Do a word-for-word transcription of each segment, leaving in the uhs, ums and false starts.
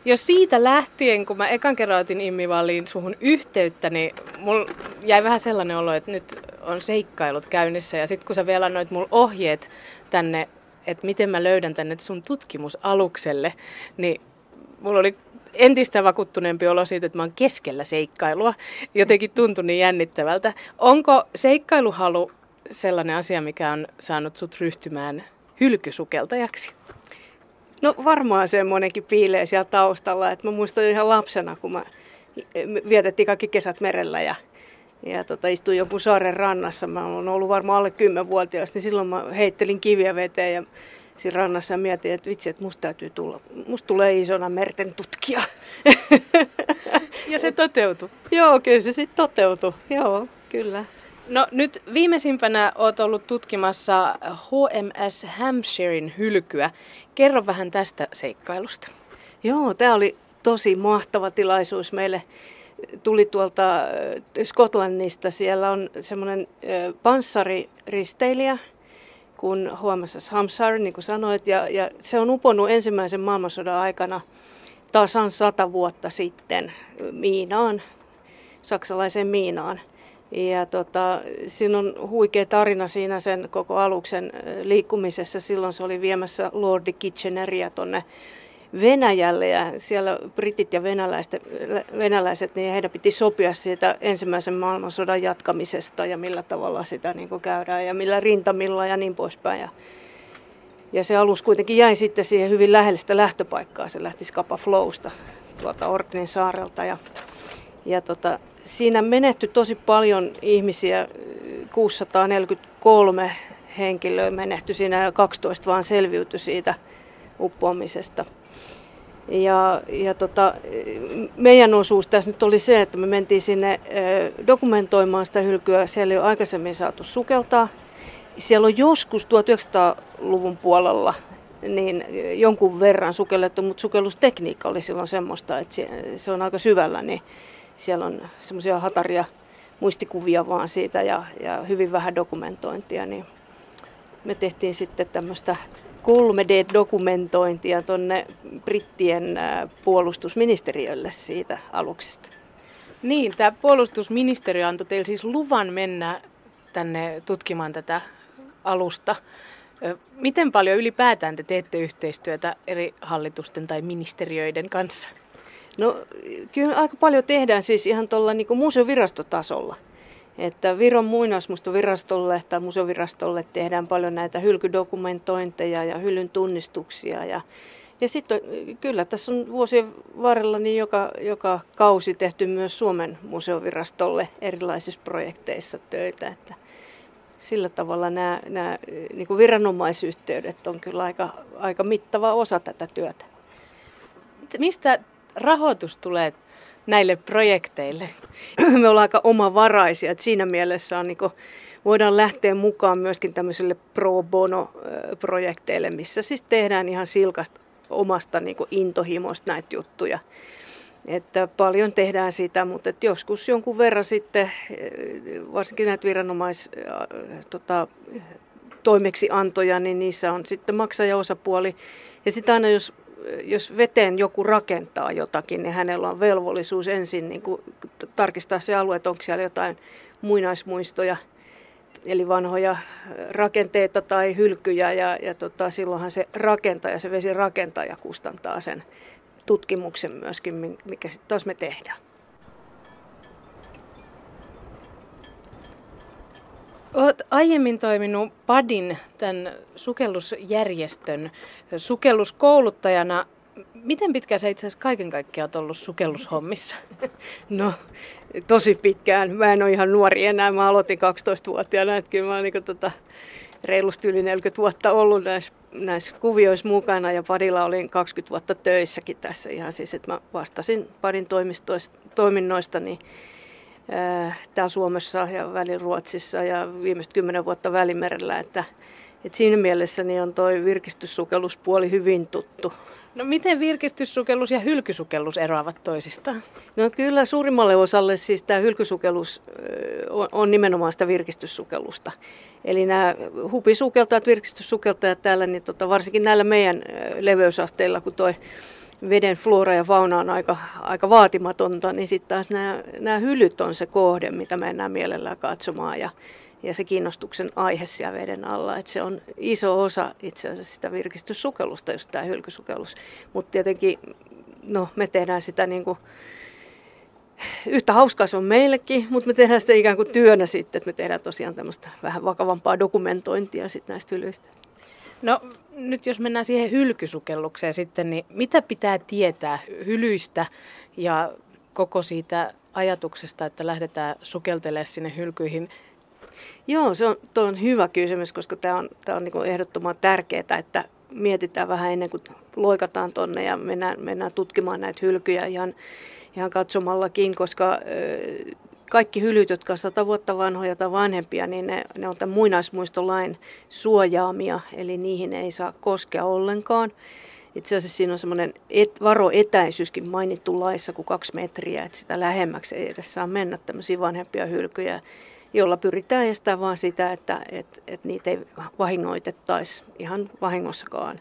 jo siitä lähtien, kun mä ekan kerran otin Immi-Valliin suhun yhteyttä, niin mulla jäi vähän sellainen olo, että nyt on seikkailut käynnissä. Ja sitten kun sä vielä annoit mulle ohjeet tänne, että miten mä löydän tänne sun tutkimusalukselle, niin mulla oli entistä vakuuttuneempi olo siitä, että mä oon keskellä seikkailua. Jotenkin tuntui niin jännittävältä. Onko seikkailuhalu sellainen asia, mikä on saanut sut ryhtymään hylkysukeltajaksi? No varmaan semmoinenkin piilee siellä taustalla. Et mä muistan ihan lapsena, kun mä vietettiin kaikki kesät merellä ja, ja tota, istuin jonkun saaren rannassa. Mä oon ollut varmaan alle kymmenvuotias, niin silloin mä heittelin kiviä veteen ja siinä rannassa ja mietin, että vitsi, että musta täytyy tulla, musta tulee isona merten tutkija. Ja se toteutui? Joo, kyllä se sitten toteutui. Joo, kyllä. No nyt viimeisimpänä olet ollut tutkimassa H M S Hampshiren hylkyä. Kerro vähän tästä seikkailusta. Joo, tämä oli tosi mahtava tilaisuus meille. Tuli tuolta Skotlannista. Siellä on semmoinen panssariristeilijä kuin H M S Hampshire, niin kuin sanoit. Ja, ja se on uponnut ensimmäisen maailmansodan aikana tasan sata vuotta sitten miinaan, saksalaiseen miinaan. Ja tota, siinä on huikea tarina siinä sen koko aluksen liikkumisessa. Silloin se oli viemässä Lordi Kitcheneria tuonne Venäjälle ja siellä britit ja venäläiset, venäläiset, niin heidän piti sopia siitä ensimmäisen maailmansodan jatkamisesta ja millä tavalla sitä niin kuin käydään ja millä rintamilla ja niin poispäin. Ja, ja se alus kuitenkin jäi sitten siihen hyvin lähelle sitä lähtöpaikkaa. Se lähti Scapa Flowsta tuolta Orkneyn saarelta ja, ja tota, siinä menehtyi tosi paljon ihmisiä, kuusisataaneljäkymmentäkolme henkilöä menehtyi siinä ja kaksitoista vaan selviytyi siitä uppoamisesta. Ja, ja tota, meidän osuus tässä nyt oli se, että me mentiin sinne dokumentoimaan sitä hylkyä. Siellä ei ole aikaisemmin saatu sukeltaa. Siellä on joskus tuhatyhdeksänsataaluvun puolella niin jonkun verran sukellettu, mutta sukellustekniikka oli silloin semmoista, että se on aika syvällä, niin siellä on semmoisia hataria muistikuvia vaan siitä ja, ja hyvin vähän dokumentointia. Niin me tehtiin sitten tämmöistä kolme D-dokumentointia tuonne brittien puolustusministeriölle siitä aluksesta. Niin, tämä puolustusministeriö antoi teille siis luvan mennä tänne tutkimaan tätä alusta. Miten paljon ylipäätään te teette yhteistyötä eri hallitusten tai ministeriöiden kanssa? No kyllä aika paljon tehdään siis ihan tuolla niin kuin museovirastotasolla. Että Viron muinaismuistovirastolle tai museovirastolle tehdään paljon näitä hylkydokumentointeja ja hylyn tunnistuksia. Ja, ja sitten kyllä tässä on vuosien varrella niin joka, joka kausi tehty myös Suomen museovirastolle erilaisissa projekteissa töitä. Että sillä tavalla nämä, nämä niin kuin viranomaisyhteydet on kyllä aika, aika mittava osa tätä työtä. Mistä rahoitus tulee näille projekteille? Me ollaan aika omavaraisia, että siinä mielessä on, niin kuin, voidaan lähteä mukaan myöskin tämmöisille pro bono-projekteille, missä siis tehdään ihan silkasta omasta niin kuin intohimosta näitä juttuja. Että paljon tehdään sitä, mutta että joskus jonkun verran sitten, varsinkin näitä viranomais tota, toimeksiantoja, niin niissä on sitten maksajaosapuoli. Ja sitten aina jos Jos veteen joku rakentaa jotakin, niin hänellä on velvollisuus ensin niin kuin tarkistaa se alue, että onko siellä jotain muinaismuistoja, eli vanhoja rakenteita tai hylkyjä. Ja, ja tota, silloinhan se rakentaja, se vesirakentaja kustantaa sen tutkimuksen myöskin, mikä sitten taas me tehdään. Olet aiemmin toiminut PADin, tämän sukellusjärjestön sukelluskouluttajana. Miten pitkään sä itse asiassa kaiken kaikkiaan olet ollut sukellushommissa? No, tosi pitkään. Mä en ole ihan nuori enää. Mä aloitin kaksitoistavuotiaana. Että kyllä mä olen niin tota, reilusti yli neljäkymmentä vuotta ollut näissä, näissä kuvioissa mukana. Ja PADilla olin kaksikymmentä vuotta töissäkin tässä. Ihan siis, että mä vastasin PADin toiminnoista. Niin täällä Suomessa ja välillä Ruotsissa ja viimeiset kymmenen vuotta Välimerellä, että, että siinä mielessä niin on toi virkistyssukelluspuoli hyvin tuttu. No miten virkistyssukellus ja hylkysukellus eroavat toisistaan? No kyllä suurimmalle osalle siis tämä hylkysukellus on, on nimenomaan sitä virkistyssukellusta. Eli nämä hupisukeltajat, virkistyssukeltajat täällä, niin tota, varsinkin näillä meidän leveysasteilla, kun toi veden flora ja fauna on aika, aika vaatimatonta, niin sitten taas nämä, nämä hylyt on se kohde, mitä mennään mielellään katsomaan ja, ja se kiinnostuksen aihe siellä veden alla. Et se on iso osa itse asiassa sitä virkistyssukellusta, just tämä hylkysukellus. Mutta tietenkin no, me tehdään sitä niin kuin, yhtä hauskaa se on meillekin, mutta me tehdään sitä ikään kuin työnä sitten, että me tehdään tosiaan tämmöistä vähän vakavampaa dokumentointia sitten näistä hylyistä. No nyt jos mennään siihen hylkysukellukseen sitten, niin mitä pitää tietää hylyistä ja koko siitä ajatuksesta, että lähdetään sukeltelemaan sinne hylkyihin? Joo, se on, toi on hyvä kysymys, koska tämä on, tää on niinku ehdottoman tärkeää, että mietitään vähän ennen kuin loikataan tonne ja mennään, mennään tutkimaan näitä hylkyjä ihan, ihan katsomallakin, koska ö, kaikki hylyt, jotka on sata vuotta vanhoja tai vanhempia, niin ne, ne on tämän muinaismuistolain suojaamia, eli niihin ei saa koskea ollenkaan. Itse asiassa siinä on semmoinen et, varoetäisyyskin mainittu laissa kuin kaksi metriä, että sitä lähemmäksi ei edes saa mennä tämmöisiä vanhempia hylkyjä, jolla pyritään estämään vaan sitä, että et, et niitä ei vahingoitettaisi ihan vahingossakaan.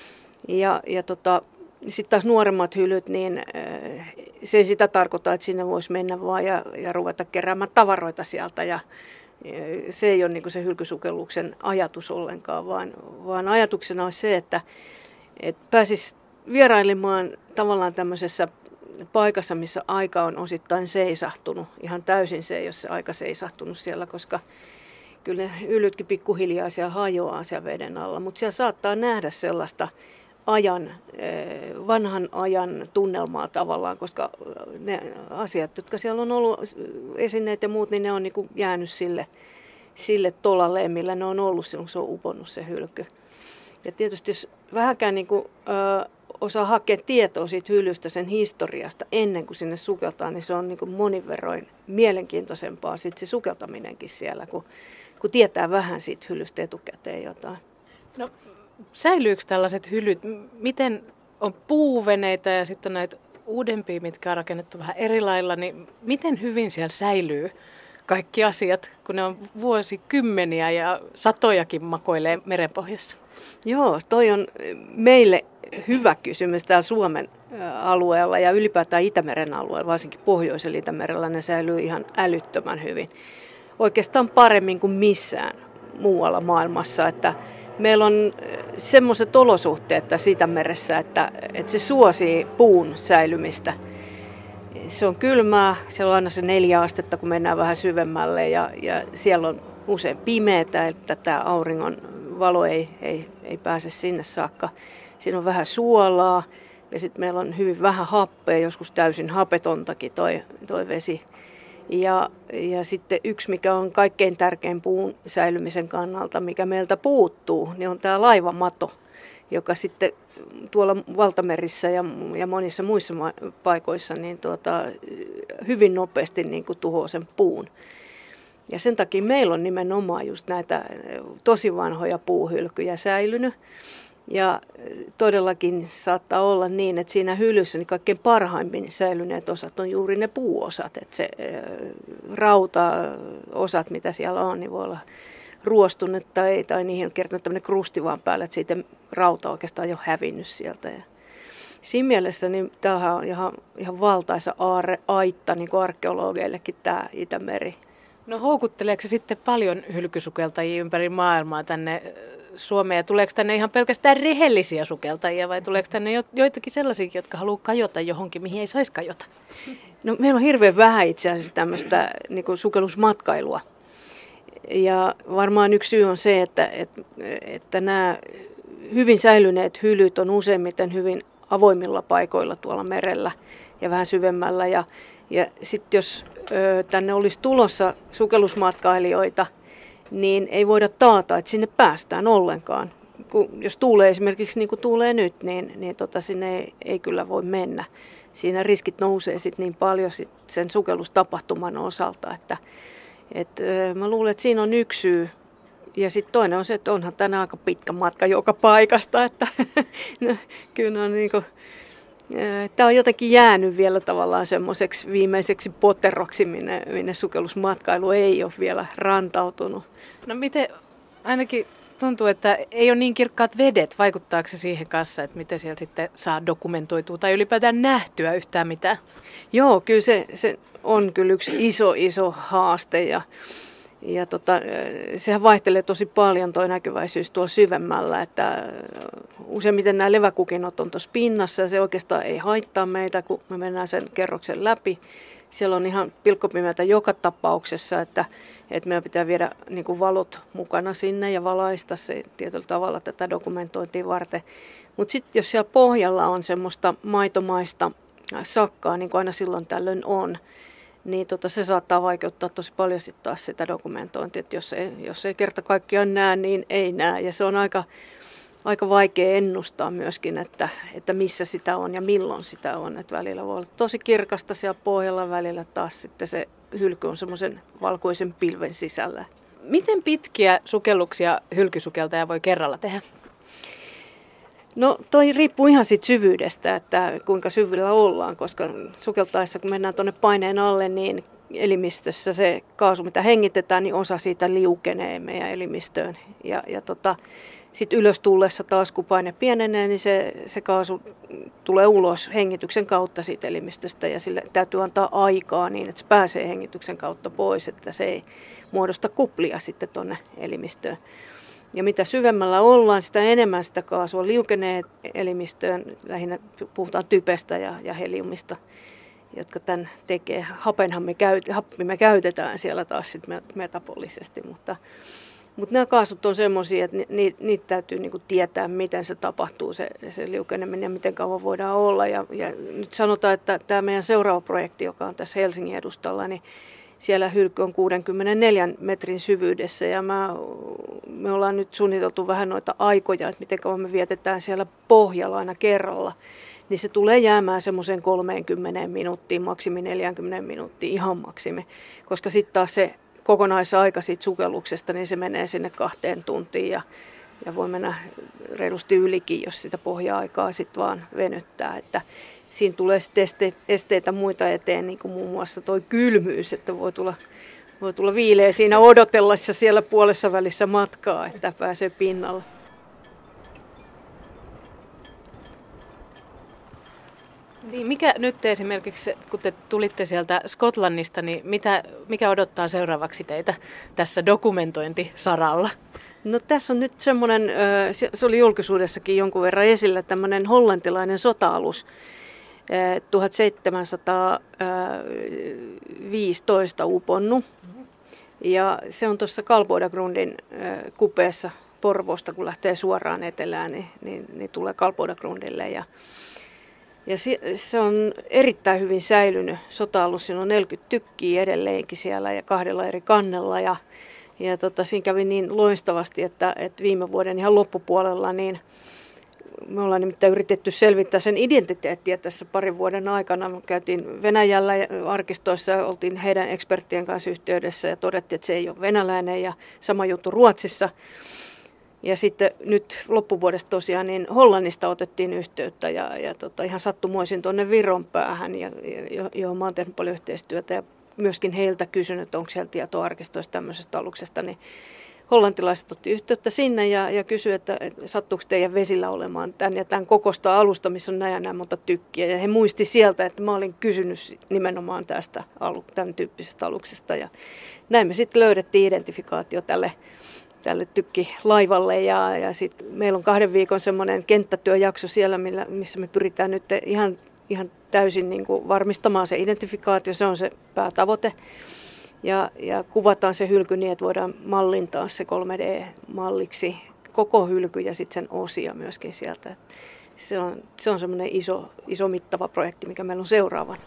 Ja, ja tota, sitten taas nuoremmat hylyt, niin se ei sitä tarkoita, että sinne voisi mennä vaan ja, ja ruveta keräämään tavaroita sieltä. Ja, se ei ole niin kuin se hylkysukelluksen ajatus ollenkaan, vaan, vaan ajatuksena on se, että, että pääsisi vierailemaan tavallaan tämmöisessä paikassa, missä aika on osittain seisahtunut. Ihan täysin se ei ole se aika seisahtunut siellä, koska kyllä ne hylytkin pikkuhiljaa siellä hajoaa siellä veden alla. Mutta siellä saattaa nähdä sellaista ajan, vanhan ajan tunnelmaa tavallaan, koska ne asiat, jotka siellä on ollut, esineet ja muut, niin ne on niin kuin jäänyt sille, sille tolalle, millä ne on ollut silloin, kun se on uponnut se hylky. Ja tietysti jos vähänkään niin kuin, ö, osaa hakea tietoa siitä hylystä, sen historiasta ennen kuin sinne sukeltaa, niin se on niin kuin monin verroin mielenkiintoisempaa sitten se sukeltaminenkin siellä, kun, kun tietää vähän siitä hylystä etukäteen jotain. No, säilyykö tällaiset hylyt? Miten on puuveneitä ja sitten on näitä uudempia, mitkä on rakennettu vähän eri lailla, niin miten hyvin siellä säilyy kaikki asiat, kun ne on vuosikymmeniä ja satojakin makoilee merenpohjassa? Joo, toi on meille hyvä kysymys täällä Suomen alueella ja ylipäätään Itämeren alueella, varsinkin Pohjoisella Itämerellä ne säilyy ihan älyttömän hyvin. Oikeastaan paremmin kuin missään muualla maailmassa, että meillä on semmoiset olosuhteet tässä Itämeressä, että, että se suosii puun säilymistä. Se on kylmää, siellä on aina se neljä astetta, kun mennään vähän syvemmälle ja, ja siellä on usein pimeätä, että tämä auringon valo ei, ei, ei pääse sinne saakka. Siinä on vähän suolaa ja sitten meillä on hyvin vähän happea, joskus täysin hapetontakin toi, toi vesi. Ja, ja sitten yksi, mikä on kaikkein tärkein puun säilymisen kannalta, mikä meiltä puuttuu, niin on tämä laivamato, joka sitten tuolla valtamerissä ja, ja monissa muissa ma- paikoissa niin tuota, hyvin nopeasti niin kuin tuhoaa sen puun. Ja sen takia meillä on nimenomaan just näitä tosi vanhoja puuhylkyjä säilynyt. Ja todellakin saattaa olla niin, että siinä hylyssä niin kaikkein parhaimmin säilyneet osat on juuri ne puuosat. Että se rautaosat, mitä siellä on, niin voi olla ruostunut tai, tai niihin on kertonut tämmöinen krusti vaan päälle, että siitä rauta oikeastaan jo hävinnyt sieltä. Ja siinä mielessä niin tämähän on ihan, ihan valtaisa aarre, aitta niin kuin arkeologeillekin tämä Itämeri. No houkutteleeko se sitten paljon hylkysukeltajia ympäri maailmaa tänne Suomeen? Ja tuleeko tänne ihan pelkästään rehellisiä sukeltajia vai tuleeko tänne jo, joitakin sellaisia, jotka haluaa kajota johonkin, mihin ei saisi kajota? No, meillä on hirveän vähän itse asiassa tämmöistä niin kuin sukellusmatkailua. Ja varmaan yksi syy on se, että, että, että nämä hyvin säilyneet hylyt on useimmiten hyvin avoimilla paikoilla tuolla merellä ja vähän syvemmällä. Ja, ja sitten jos ö, tänne olisi tulossa sukellusmatkailijoita, niin ei voida taata, että sinne päästään ollenkaan. Kun, jos tuulee esimerkiksi niin kuin tuulee nyt, niin, niin tota, sinne ei, ei kyllä voi mennä. Siinä riskit nousee sit niin paljon sit sen sukellustapahtuman osalta, että et, ö, mä luulen, että siinä on yksi syy. Ja sitten toinen on se, että onhan tänään aika pitkä matka joka paikasta, että no, kyllä on niinku, tämä on jotenkin jäänyt vielä tavallaan semmoiseksi viimeiseksi poteroksi, minne, minne sukellusmatkailu ei ole vielä rantautunut. No miten, ainakin tuntuu, että ei ole niin kirkkaat vedet. Vaikuttaako se siihen kanssa, että miten siellä sitten saa dokumentoitua tai ylipäätään nähtyä yhtään mitään? Joo, kyllä se, se on kyllä yksi iso, iso haaste ja, ja tota, sehän vaihtelee tosi paljon tuo näkyväisyys tuolla syvemmällä, että useimmiten nämä leväkukinnot on tuossa pinnassa ja se oikeastaan ei haittaa meitä, kun me mennään sen kerroksen läpi. Siellä on ihan pilkkopimeätä joka tapauksessa, että, että meidän pitää viedä niin kuin valot mukana sinne ja valaista se tietyllä tavalla tätä dokumentointia varten. Mutta sitten jos siellä pohjalla on semmoista maitomaista sakkaa, niin kuin aina silloin tällöin on, niin tota, se saattaa vaikeuttaa tosi paljon sitten taas sitä dokumentointia. Että jos ei, jos ei kerta kaikkiaan näe, niin ei näe. Ja se on aika, aika vaikea ennustaa myöskin, että, että missä sitä on ja milloin sitä on. Että välillä voi olla tosi kirkasta siellä pohjalla, välillä taas sitten se hylky on semmoisen valkoisen pilven sisällä. Miten pitkiä sukelluksia hylkysukeltaja voi kerralla tehdä? No toi riippuu ihan siitä syvyydestä, että kuinka syvyllä ollaan, koska sukeltaessa kun mennään tuonne paineen alle, niin elimistössä se kaasu, mitä hengitetään, niin osa siitä liukenee meidän elimistöön. Ja, ja tota, sitten ylös tullessa taas, kun paine pienenee, niin se, se kaasu tulee ulos hengityksen kautta siitä elimistöstä ja sille täytyy antaa aikaa niin, että se pääsee hengityksen kautta pois, että se ei muodosta kuplia sitten tuonne elimistöön. Ja mitä syvemmällä ollaan, sitä enemmän sitä kaasua liukenee elimistöön. Lähinnä puhutaan typestä ja, ja heliumista, jotka tämän tekee. Hapenhan me, käyt, happi me käytetään siellä taas sit metabolisesti. Mutta, mutta nämä kaasut on semmoisia, että ni, niitä täytyy niinku tietää, miten se tapahtuu, se, se liukeneminen ja miten kauan voidaan olla. Ja, ja nyt sanotaan, että tämä meidän seuraava projekti, joka on tässä Helsingin edustalla, niin siellä hylky on kuusikymmentäneljä metrin syvyydessä ja mä, me ollaan nyt suunniteltu vähän noita aikoja, että miten kauan me vietetään siellä pohjalla aina kerralla. Niin se tulee jäämään semmoiseen kolmekymmentä minuuttiin, maksimi neljäkymmentä minuuttia, ihan maksimi. Koska sitten taas se kokonaisaika siitä sukelluksesta, niin se menee sinne kahteen tuntiin ja, ja voi mennä reilusti ylikin, jos sitä pohja-aikaa sitten vaan venyttää. Että siinä tulee sitten esteitä muita eteen, niin kuin muun muassa tuo kylmyys, että voi tulla, voi tulla viileä siinä odotellessa siellä puolessa välissä matkaa, että pääsee pinnalle. Niin, mikä nyt esimerkiksi, kun te tulitte sieltä Skotlannista, niin mitä, mikä odottaa seuraavaksi teitä tässä dokumentointisaralla? No tässä on nyt semmoinen, se oli julkisuudessakin jonkun verran esillä, tämmöinen hollantilainen sota-alus. tuhatseitsemänsataaviisitoista uponnut. Ja se on tuossa Kalbodagrundin kupeessa Porvoosta, kun lähtee suoraan etelään, niin, niin, niin tulee Kalbodagrundille. Ja, ja se, se on erittäin hyvin säilynyt sota-alus. Siinä on neljäkymmentä tykkiä edelleenkin siellä ja kahdella eri kannella. Ja, ja tota, siinä kävi niin loistavasti, että, että viime vuoden ihan loppupuolella niin me ollaan nimittäin yritetty selvittää sen identiteettiä tässä parin vuoden aikana. Me käytiin Venäjällä arkistoissa ja oltiin heidän eksperttien kanssa yhteydessä ja todettiin, että se ei ole venäläinen ja sama juttu Ruotsissa. Ja sitten nyt loppuvuodesta tosiaan niin Hollannista otettiin yhteyttä ja, ja tota, ihan sattumoisin tuonne Viron päähän, ja, jo, johon mä oon tehnyt paljon yhteistyötä ja myöskin heiltä kysynyt, että onko siellä tietoa arkistoista tämmöisestä aluksesta. Niin hollantilaiset otti yhteyttä sinne ja, ja kysyi, että, että sattuuko teidän vesillä olemaan tämän ja tämän kokosta alusta, missä on näin ja näin monta tykkiä. Ja he muisti sieltä, että mä olin kysynyt nimenomaan tästä tämän tyyppisestä aluksesta. Ja näin me sitten löydettiin identifikaatio tälle, tälle tykkilaivalle. Ja, ja sitten meillä on kahden viikon semmoinen kenttätyöjakso siellä, millä, missä me pyritään nyt ihan, ihan täysin niin kuin varmistamaan se identifikaatio. Se on se päätavoite. Ja, ja kuvataan se hylky niin, että voidaan mallintaa se kolme D-malliksi koko hylky ja sitten sen osia myöskin sieltä. Se on, se on semmoinen iso, iso mittava projekti, mikä meillä on seuraavana.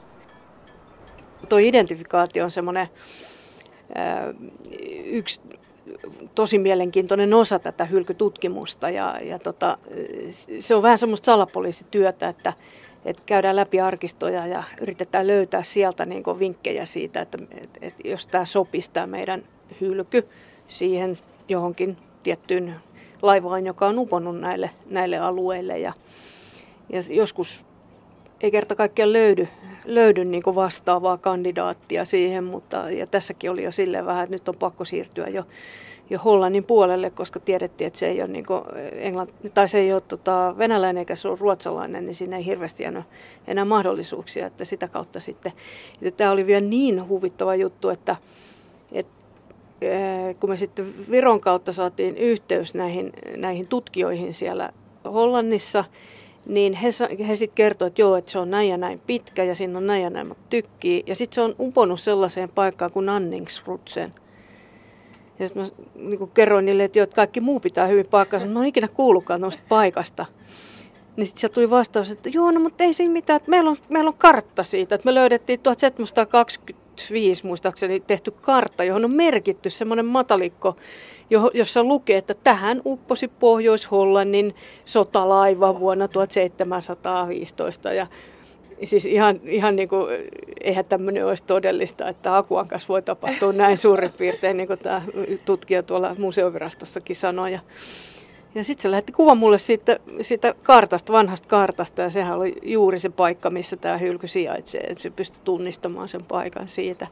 Tuo identifikaatio on semmoinen ää, yksi tosi mielenkiintoinen osa tätä hylkytutkimusta. Ja, ja tota, se on vähän semmoista salapoliisityötä, että että käydään läpi arkistoja ja yritetään löytää sieltä niin kuin vinkkejä siitä, että, että, että jos tämä sopisi tämä meidän hylky siihen johonkin tiettyyn laivaan, joka on uponnut näille, näille alueille. Ja, ja joskus ei kerta kaikkiaan löydy, löydy niin kuin vastaavaa kandidaattia siihen, mutta ja tässäkin oli jo silleen vähän, että nyt on pakko siirtyä jo, jo Hollannin puolelle, koska tiedettiin, että se ei ole, niin kuin Englanti, tai se ei ole tota, venäläinen eikä se ole ruotsalainen, niin siinä ei hirveästi enää, enää mahdollisuuksia, että sitä kautta sitten. Että tämä oli vielä niin huvittava juttu, että, että kun me sitten Viron kautta saatiin yhteys näihin, näihin tutkijoihin siellä Hollannissa, niin he, he sitten kertoivat, että joo, että se on näin ja näin pitkä ja siinä on näin ja näin tykkii. Ja sitten se on uponut sellaiseen paikkaan kuin Nanningsrutsen. Ja sitten mä niin kerroin niille, että, joo, että kaikki muu pitää hyvin paikkansa. Mä en ikinä kuullutkaan noista paikasta. Niin sitten sieltä tuli vastaus, että joo, no mutta ei siinä mitään, että meillä on, meillä on kartta siitä. Että me löydettiin tuhatseitsemänsataakaksikymmentäviisi muistaakseni tehty kartta, johon on merkitty semmoinen matalikko, jossa lukee, että tähän upposi Pohjois-Hollannin sotalaiva vuonna tuhatseitsemänsataaviisitoista. Ja siis ihan, ihan niin kuin, eihän tämmöinen olisi todellista, että Akuan kanssa voi tapahtua näin suurin piirtein, niin kuin tämä tutkija tuolla museovirastossakin sanoi. Ja, ja sitten se lähetti kuvan mulle siitä, siitä kartasta, vanhasta kartasta, ja sehän oli juuri se paikka, missä tämä hylky sijaitsee. Että se pystyi tunnistamaan sen paikan siitä.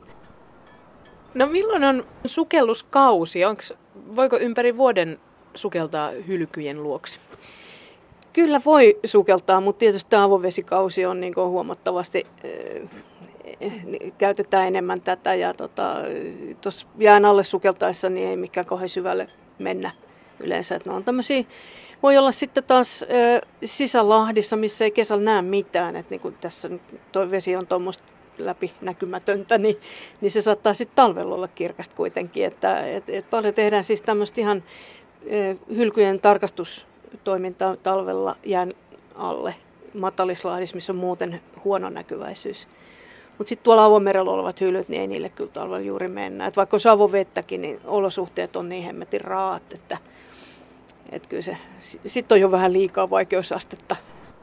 No milloin on sukelluskausi? Onks, voiko ympäri vuoden sukeltaa hylkyjen luoksi? Kyllä voi sukeltaa, mutta tietysti tämä avovesikausi on niin huomattavasti, äh, käytetään enemmän tätä. Ja tuossa tota, jään alle sukeltaessa niin ei mikään kauhean syvälle mennä yleensä. Et ne on tämmöisiä, voi olla sitten taas äh, sisälahdissa, missä ei kesällä näe mitään. Et niin kuin tässä nyt tuo vesi on tuommoista läpinäkymätöntä, niin, niin se saattaa sitten talvella olla kirkasta kuitenkin. Että, et, et paljon tehdään siis tämmöistä ihan äh, hylkyjen tarkastus toimintaa talvella jään alle matalislahdissa, missä on muuten huono näkyväisyys. Mutta sitten tuolla avomerellä olevat hyllyt, niin ei niille kyllä talvella juuri mennä. Et vaikka on savovettäkin, niin olosuhteet on niin hemmetin raat, että et kyllä se sitten on jo vähän liikaa vaikeusastetta.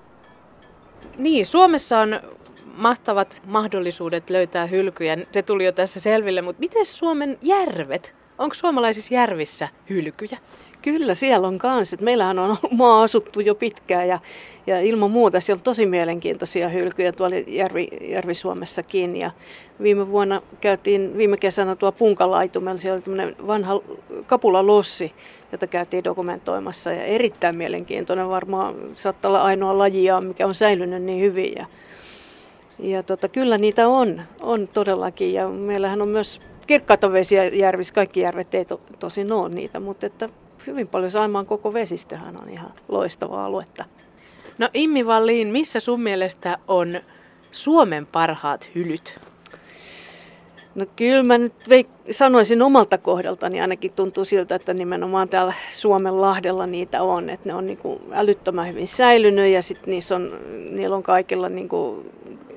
Niin, Suomessa on mahtavat mahdollisuudet löytää hylkyjä. Se tuli jo tässä selville, mutta miten Suomen järvet? Onko suomalaisissa järvissä hylkyjä? Kyllä, siellä on kanssa. Meillähän on maa asuttu jo pitkään ja, ja ilman muuta siellä on tosi mielenkiintoisia hylkyjä tuolla Järvi, Järvi-Suomessakin. Ja viime vuonna käytiin, viime kesänä tuo Punkalaitumella, siellä oli tämmöinen vanha kapulalossi, jota käytiin dokumentoimassa. Ja erittäin mielenkiintoinen, varmaan saattaa olla ainoa lajia, mikä on säilynyt niin hyvin. Ja, ja tota, kyllä niitä on, on todellakin. Ja meillähän on myös kirkkaita vesiä järvissä, kaikki järvet ei to, tosin ole niitä, mutta että hyvin paljon Saimaan koko vesistöhän on ihan loistavaa aluetta. No Immi Wallin, missä sun mielestä on Suomen parhaat hylyt? No kyllä mä nyt veik- sanoisin omalta kohdaltani, ainakin tuntuu siltä, että nimenomaan täällä Suomenlahdella niitä on. Että ne on niin kuin älyttömän hyvin säilynyt ja sitten niissä on, niillä on kaikilla niin kuin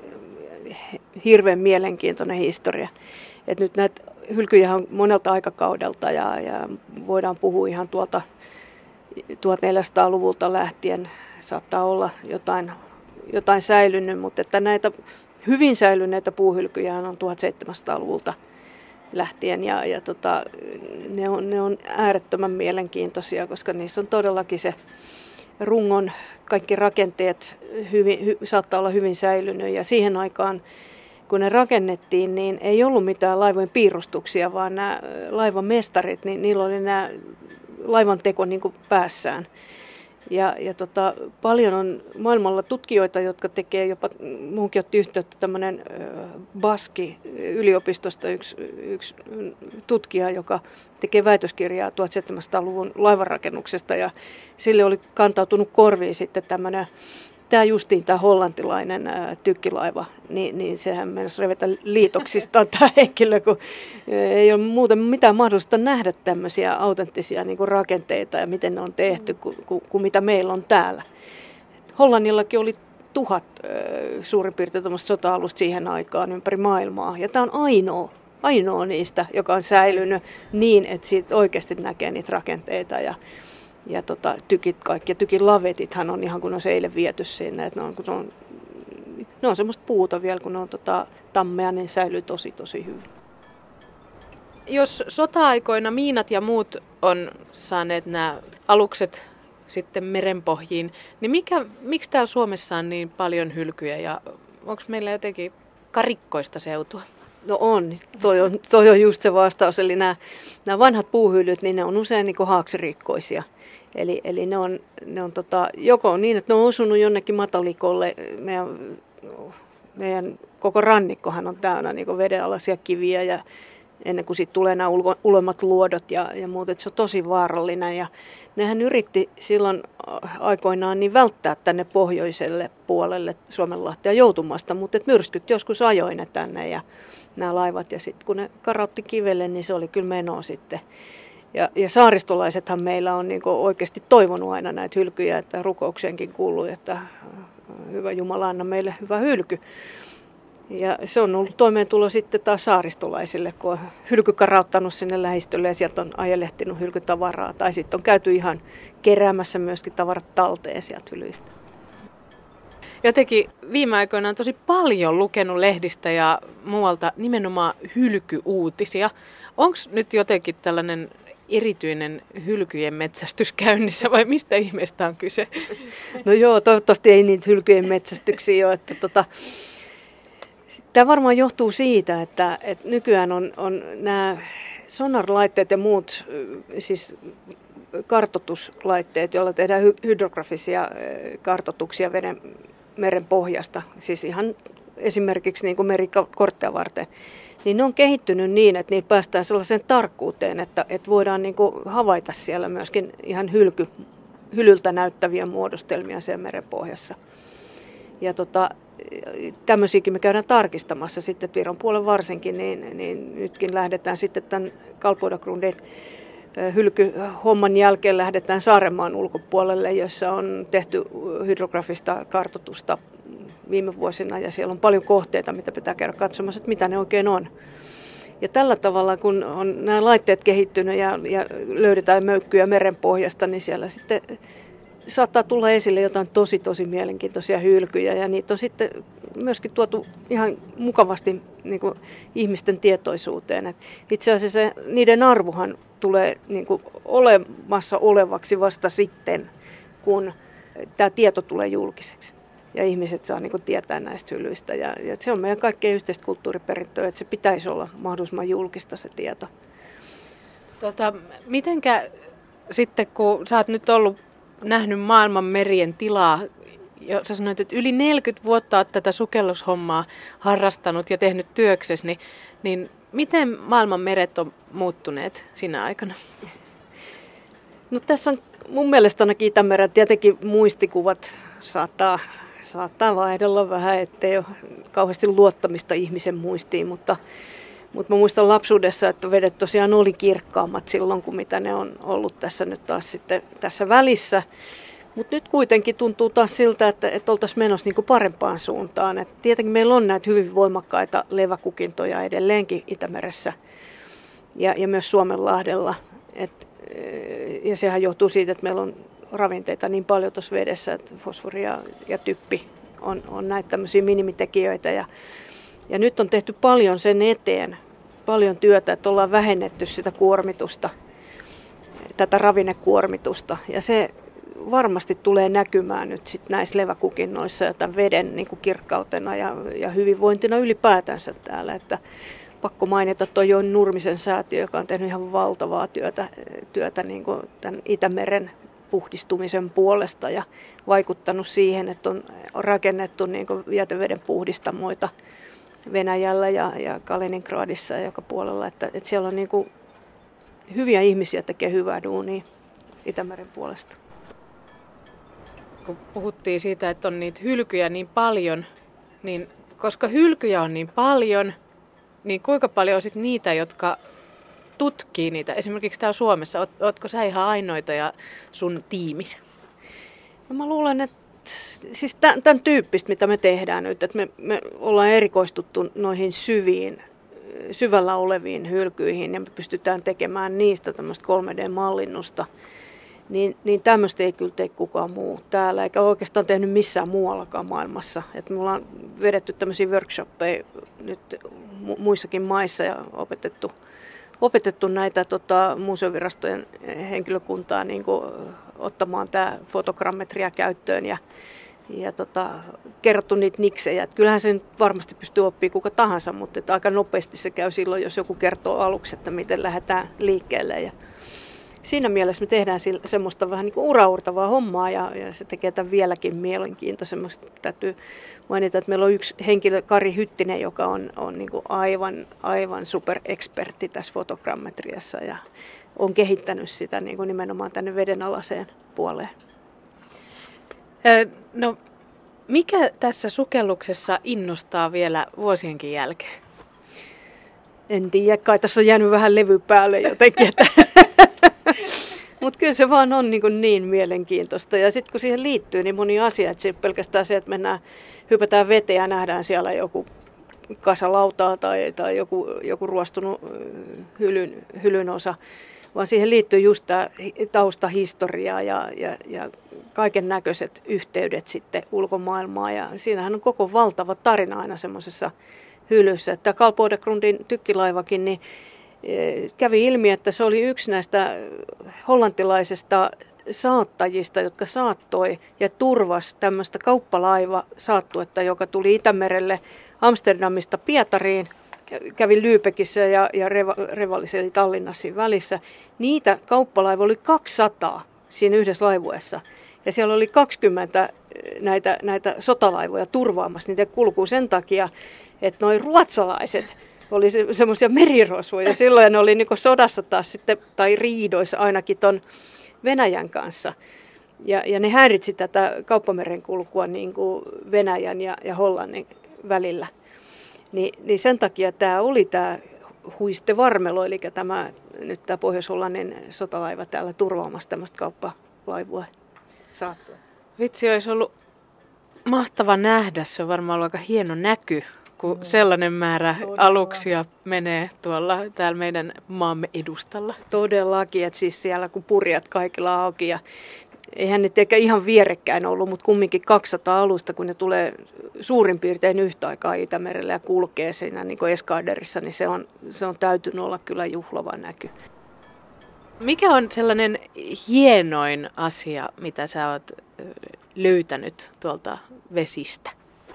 hirveän mielenkiintoinen historia. Et nyt näitä hylkyjä on monelta aikakaudelta ja, ja voidaan puhua ihan tuolta tuhatneljäsataaluvulta lähtien. Saattaa olla jotain, jotain säilynyt, mutta että näitä hyvin säilyneitä puuhylkyjä on tuhatseitsemänsataaluvulta lähtien ja, ja tota, ne, on, ne on äärettömän mielenkiintoisia, koska niissä on todellakin se rungon kaikki rakenteet hyvin, hy, saattaa olla hyvin säilynyt ja siihen aikaan kun ne rakennettiin, niin ei ollut mitään laivojen piirustuksia, vaan nämä laivan mestarit, niin niillä oli nämä laivan teko niin kuin päässään. Ja, ja tota, paljon on maailmalla tutkijoita, jotka tekee jopa, muunkin otti yhteyttä tämmöinen Baski yliopistosta yksi, yksi tutkija, joka tekee väitöskirjaa tuhatseitsemänsataaluvun laivanrakennuksesta ja sille oli kantautunut korviin sitten tämmöinen Tämä justiin tämä hollantilainen ää, tykkilaiva, niin, niin sehän meinasi revetä liitoksistaan tämä henkilö, kun ei ole muuten mitään mahdollista nähdä tämmöisiä autenttisia niin kuin rakenteita ja miten ne on tehty kuin ku, ku mitä meillä on täällä. Hollannillakin oli tuhat ää, suurin piirtein tuommoista sota-alusta siihen aikaan ympäri maailmaa ja tämä on ainoa, ainoa niistä, joka on säilynyt niin, että siitä oikeasti näkee niitä rakenteita ja Ja tota, tykit kaikki. Ja tykin lavetithan on ihan kun on se eilen viety sinne. Et ne, on, kun se on, ne on semmoista puuta vielä, kun ne on tota, tammea, niin säilyy tosi tosi hyvin. Jos sota-aikoina miinat ja muut on saaneet nämä alukset sitten merenpohjiin, niin mikä, miksi täällä Suomessa on niin paljon hylkyjä ja onko meillä jotenkin karikkoista seutua? No on, toi on, toi on just se vastaus. Eli nämä, nämä vanhat puuhyllyt, niin ne on usein niin kuin haaksirikkoisia. Eli, eli ne on, ne on tota, joko niin, että ne on osunut jonnekin matalikolle. Meidän, meidän koko rannikkohan on täynnä niin kuin vedenalaisia kiviä ja ennen kuin siitä tulee nämä ulemmat luodot ja, ja muut, että se on tosi vaarallinen. Ja nehän yritti silloin aikoinaan niin välttää tänne pohjoiselle puolelle Suomenlahtea joutumasta, mutta et myrskyt joskus ajoi ne tänne ja nämä laivat. Ja sitten kun ne karautti kivelle, niin se oli kyllä menoa sitten. Ja, ja saaristolaisethan meillä on niin oikeasti toivonut aina näitä hylkyjä, että rukoukseenkin kuuluu, että hyvä Jumala, anna meille hyvä hylky. Ja se on ollut toimeentulo sitten taas saaristolaisille, kun on hylky karauttanut sinne lähistölle ja sieltä on ajelehtinut hylkytavaraa. Tai sitten on käyty ihan keräämässä myöskin tavarat talteen sieltä hylyistä. Jotenkin viime aikoina on tosi paljon lukenut lehdistä ja muualta nimenomaan hylkyuutisia. Onko nyt jotenkin tällainen erityinen hylkyjen metsästys käynnissä vai mistä ihmeestä on kyse? No joo, toivottavasti ei niitä hylkyjen metsästyksiä ole. Että tota, tämä varmaan johtuu siitä, että, että nykyään on, on nämä sonarlaitteet ja muut siis kartoituslaitteet, joilla tehdään hydrografisia kartoituksia veden, meren pohjasta, siis ihan esimerkiksi niin kuin merikortteja varten, niin ne on kehittynyt niin, että niitä päästään sellaiseen tarkkuuteen, että, että voidaan niin kuin havaita siellä myöskin ihan hylky, hylyltä näyttäviä muodostelmia siellä meren pohjassa. Ja tota, tämmöisiäkin me käydään tarkistamassa sitten, että Viron puolen varsinkin, niin, niin nytkin lähdetään sitten tämän Kalpoidagrundin hylkyhomman jälkeen lähdetään Saarenmaan ulkopuolelle, jossa on tehty hydrografista kartoitusta viime vuosina ja siellä on paljon kohteita, mitä pitää käydä katsomassa, että mitä ne oikein on. Ja tällä tavalla, kun on nämä laitteet kehittynyt ja, ja löydetään möykkyjä merenpohjasta, niin siellä sitten saattaa tulla esille jotain tosi tosi mielenkiintoisia hylkyjä ja niitä on sitten myöskin tuotu ihan mukavasti niin kuin ihmisten tietoisuuteen. Et itse asiassa niiden arvohan tulee niin kuin olemassa olevaksi vasta sitten, kun tämä tieto tulee julkiseksi ja ihmiset saa niin kuin tietää näistä hyllyistä. Ja, ja se on meidän kaikkein yhteistä kulttuuriperintöä, että se pitäisi olla mahdollisimman julkista se tieto. Tota, mitenkä sitten, kun sä oot nyt ollut nähnyt maailman merien tilaa, ja sä sanoit, että yli neljäkymmentä vuotta olet tätä sukellushommaa harrastanut ja tehnyt työksesi, niin, niin miten maailman meret on muuttuneet siinä aikana? No tässä on mun mielestä ainakin Itämeren tietenkin muistikuvat saattaa, saattaa vaihdella vähän, ettei ole kauheasti luottamista ihmisen muistiin, mutta, mutta mä muistan lapsuudessa, että vedet tosiaan oli kirkkaammat silloin kuin mitä ne on ollut tässä nyt taas sitten tässä välissä. Mutta nyt kuitenkin tuntuu taas siltä, että, että oltaisiin menossa niinku parempaan suuntaan. Et tietenkin meillä on näitä hyvin voimakkaita leväkukintoja edelleenkin Itämeressä ja, ja myös Suomenlahdella. Et, ja sehän johtuu siitä, että meillä on ravinteita niin paljon tuossa vedessä, että fosfori ja, ja typpi on, on näitä tämmöisiä minimitekijöitä. Ja, ja nyt on tehty paljon sen eteen, paljon työtä, että ollaan vähennetty sitä kuormitusta, tätä ravinnekuormitusta. Ja se varmasti tulee näkymään nyt sit näissä leväkukinnoissa ja tämän veden niin kuin kirkkautena ja, ja hyvinvointina ylipäätänsä täällä. Että pakko mainita tuo Jouni Nurmisen säätiö, joka on tehnyt ihan valtavaa työtä, työtä niin kuin tämän Itämeren puhdistumisen puolesta ja vaikuttanut siihen, että on rakennettu niin kuin jäteveden puhdistamoita Venäjällä ja, ja Kaliningradissa ja joka puolella. Että, että siellä on niin kuin hyviä ihmisiä tekee hyvää duunia Itämeren puolesta. Kun puhuttiin siitä, että on niitä hylkyjä niin paljon, niin koska hylkyjä on niin paljon, niin kuinka paljon on sit niitä, jotka tutkii niitä? Esimerkiksi täällä Suomessa, oot, ootko sä ihan ainoita ja sun tiimis? No mä luulen, että siis tämän, tämän tyyppistä, mitä me tehdään nyt, että me, me ollaan erikoistuttu noihin syviin, syvällä oleviin hylkyihin ja me pystytään tekemään niistä tämmöistä kolme D-mallinnusta. Niin, niin tämmöistä ei kyllä tee kukaan muu täällä, eikä oikeastaan tehnyt missään muuallakaan maailmassa. Et me ollaan vedetty tämmöisiä workshoppeja nyt muissakin maissa ja opetettu, opetettu näitä tota, museovirastojen henkilökuntaa niin kuin, ottamaan tämä fotogrammetria käyttöön ja, ja tota, kerrottu niitä niksejä. Et kyllähän sen varmasti pystyy oppimaan kuka tahansa, mutta et aika nopeasti se käy silloin, jos joku kertoo aluksi, että miten lähdetään liikkeelle. Ja siinä mielessä me tehdään semmoista vähän niin kuin uraurtavaa hommaa ja, ja se tekee tämän vieläkin mielenkiintoisemmaksi. Täytyy mainita, että meillä on yksi henkilö, Kari Hyttinen, joka on, on niin kuin aivan, aivan superekspertti tässä fotogrammetriassa ja on kehittänyt sitä niin kuin nimenomaan tänne vedenalaiseen puoleen. No, mikä tässä sukelluksessa innostaa vielä vuosienkin jälkeen? En tiedä, kai tässä on jäänyt vähän levy päälle jotenkin. Että mutta kyllä se vaan on niin, niin mielenkiintoista. Ja sitten kun siihen liittyy niin moni asia, että se pelkästään se, että mennään, hypätään veteen ja nähdään siellä joku kasalautaa tai, tai joku, joku ruostunut hylyn, hylyn osa, vaan siihen liittyy just tämä taustahistoria ja, ja, ja kaiken näköiset yhteydet sitten ulkomaailmaan. Ja siinähän on koko valtava tarina aina semmoisessa hylyssä. Tämä Carl Bodegrundin tykkilaivakin, niin kävi ilmi, että se oli yksi näistä hollantilaisista saattajista, jotka saattoi ja turvasi tämmöistä kauppalaivasaattuetta, joka tuli Itämerelle Amsterdamista Pietariin, kävi Lübeckissä ja, ja Revalissa eli Tallinnassa välissä. Niitä kauppalaivoja oli kaksisataa siinä yhdessä laivuessa. Ja siellä oli kaksikymmentä näitä, näitä sotalaivoja turvaamassa niiden kulkuun sen takia, että noi ruotsalaiset oli se, semmoisia merirosvoja. Silloin ne oli niin kuin sodassa taas sitten, tai riidoissa ainakin ton Venäjän kanssa. Ja, ja ne häiritsi tätä kauppameren kulkua niin kuin Venäjän ja, ja Hollannin välillä. Ni, niin sen takia tämä oli tämä Huiste Varmelo, eli tämä, nyt tämä Pohjois-Hollannin sotalaiva täällä turvaamassa tämmöistä kauppalaivua saattua. Vitsi, olisi ollut mahtava nähdä. Se on varmaan ollut aika hieno näky, kun no, sellainen määrä todella aluksia menee tuolla täällä meidän maamme edustalla. Todellakin, että siis siellä kun purjat kaikilla auki ja eihän ne eikä ihan vierekkäin ollut, mutta kumminkin kaksisataa alusta, kun ne tulee suurin piirtein yhtä aikaa Itämerelle ja kulkee siinä niin kuin eskaderissa, niin se on, se on täytynyt olla kyllä juhlava näky. Mikä on sellainen hienoin asia, mitä sä oot löytänyt tuolta vesistä?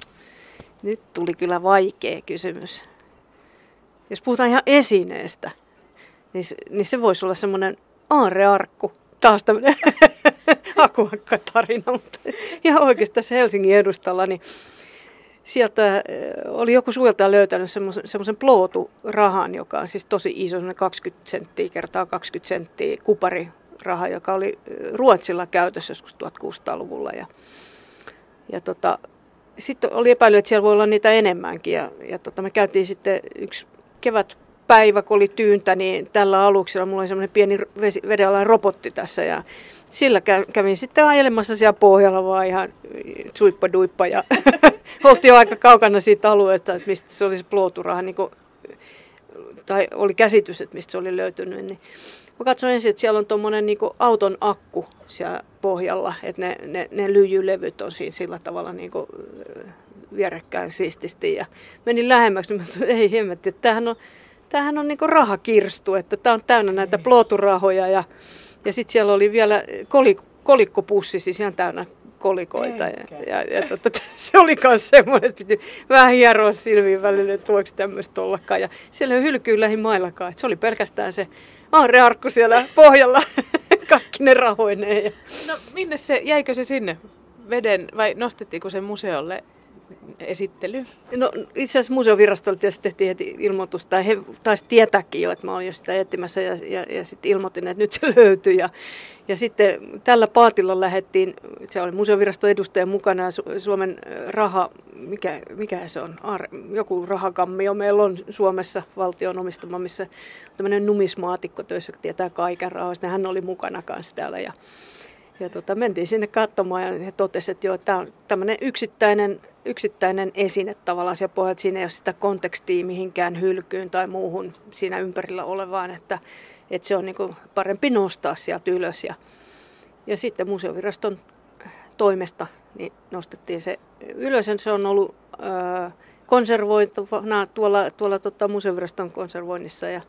Nyt tuli kyllä vaikea kysymys. Jos puhutaan ihan esineestä, niin, niin se voisi olla semmoinen aarrearkku. Taas tämmöinen akuankkatarina, mutta ihan oikeastaan tässä Helsingin edustalla, niin sieltä oli joku suojeltaja löytänyt semmoisen plooturahan, joka on siis tosi iso, semmoinen kaksikymmentä senttiä kertaa kaksikymmentä senttiä kupariraha, joka oli Ruotsilla käytössä joskus tuhatkuusisataaluvulla. Ja, ja tota, sitten oli epäily, että siellä voi olla niitä enemmänkin. Ja, ja tota, me käytiin sitten yksi kevätpäivä, kun oli tyyntä, niin tällä aluksella mulla oli semmoinen pieni vedenalainen robotti tässä. Ja sillä kävin sitten ajelemassa siellä pohjalla vaan ihan suippaduippa ja oltiin jo aika kaukana siitä alueesta, että mistä se oli se plooturaha, niin kuin, tai oli käsitys, että mistä se oli löytynyt. Niin mä katsoin ensin, että siellä on tuommoinen niin kuin auton akku siellä pohjalla, että ne, ne, ne lyijylevyt on siinä sillä tavalla niin kuin vierekkäin siististi. Ja menin lähemmäksi, mutta ei hemmetti, että tämähän on, tämähän on niin kuin rahakirstu, että tämä on täynnä näitä plooturahoja ja Ja sitten siellä oli vielä kolik, kolikkopussi, siis ihan täynnä kolikoita. Ja, ja, ja tota, se oli myös semmoinen, että piti vähän hieroa silmiin välillä, että voiko tämmöistä ollakaan. Ja siellä ei hylkyyn lähimaillakaan. Se oli pelkästään se aarrearkku siellä pohjalla, kaikki ne rahoineen. Ja... No minne se, jäikö se sinne veden vai nostettiinko se museolle esittely? No itse asiassa museovirastolle tietysti tehtiin heti ilmoitusta, tai he taisi tietääkin jo, että mä olin jo sitä etsimässä ja, ja, ja sitten ilmoitin, että nyt se löytyi. Ja, ja sitten tällä paatilla lähdettiin, se oli museoviraston edustajan mukana ja Su- Suomen raha, mikä, mikä se on, Ar- joku rahakammio meillä on Suomessa valtion omistama, missä on tämmöinen numismaatikko töissä, joka tietää kaiken rahoista, hän oli mukana kanssa täällä. Ja, ja tota, mentiin sinne katsomaan ja he totesivat, että joo, tämä on tämmöinen yksittäinen, yksittäinen esine tavallaan siellä pohjalla, että siinä ei ole sitä kontekstia mihinkään hylkyyn tai muuhun siinä ympärillä olevaan, että, että se on niin kuin parempi nostaa sieltä ylös. Ja, ja sitten museoviraston toimesta niin nostettiin se ylös, ja se on ollut äh, konservoituna tuolla, tuolla tota, museoviraston konservoinnissa. Ja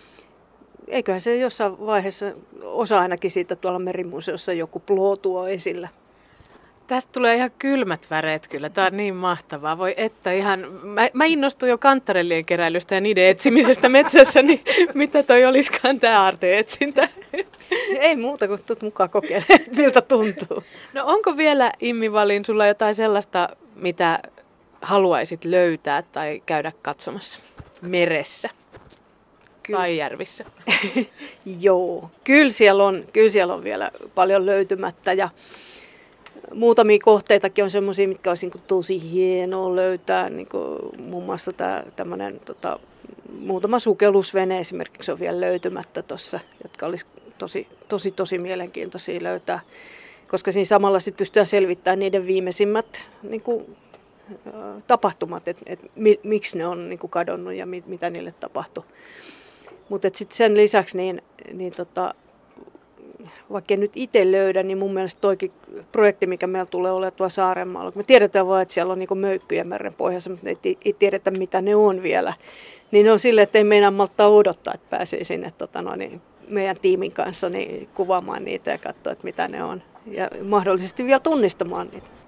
eiköhän se jossain vaiheessa, osa ainakin siitä tuolla Merimuseossa joku ploo tuo esillä. Tästä tulee ihan kylmät väreet kyllä. Tämä on niin mahtavaa. Voi että ihan... Mä, mä innostuin jo kantarellien keräilystä ja niiden etsimisestä metsässä, niin mitä toi olisikaan tämä aarteetsintä? Ei muuta kuin tuut mukaan kokeilemaan, miltä tuntuu. No onko vielä, Immi Wallin, sulla jotain sellaista, mitä haluaisit löytää tai käydä katsomassa meressä? Kyllä. Tai järvissä? Joo, kyllä siellä, on, kyllä siellä on vielä paljon löytymättä ja muutamia kohteitakin on semmoisia, mitkä olisi niin tosi hienoa löytää. Niin muun muassa tämä, tämmönen, tota, muutama sukellusvene esimerkiksi on vielä löytymättä tuossa, jotka olisi tosi, tosi, tosi mielenkiintoisia löytää. Koska siinä samalla sit pystytään selvittämään niiden viimeisimmät niin kuin, tapahtumat, että et, mi, miksi ne on niin kuin kadonnut ja mit, mitä niille tapahtui. Mutta sitten sen lisäksi, niin, niin tota, vaikka en nyt itse löydä, niin mun mielestä toikin projekti, mikä meillä tulee olemaan tuolla Saarenmaalla, kun me tiedetään vaan, että siellä on niinku möykkyjä meren pohjassa, mutta ei, ei tiedetä, mitä ne on vielä, niin ne on silleen, että ei meinaa malttaa odottaa, että pääsee sinne tota, no, niin, meidän tiimin kanssa niin, kuvaamaan niitä ja katsoa, että mitä ne on. Ja mahdollisesti vielä tunnistamaan niitä.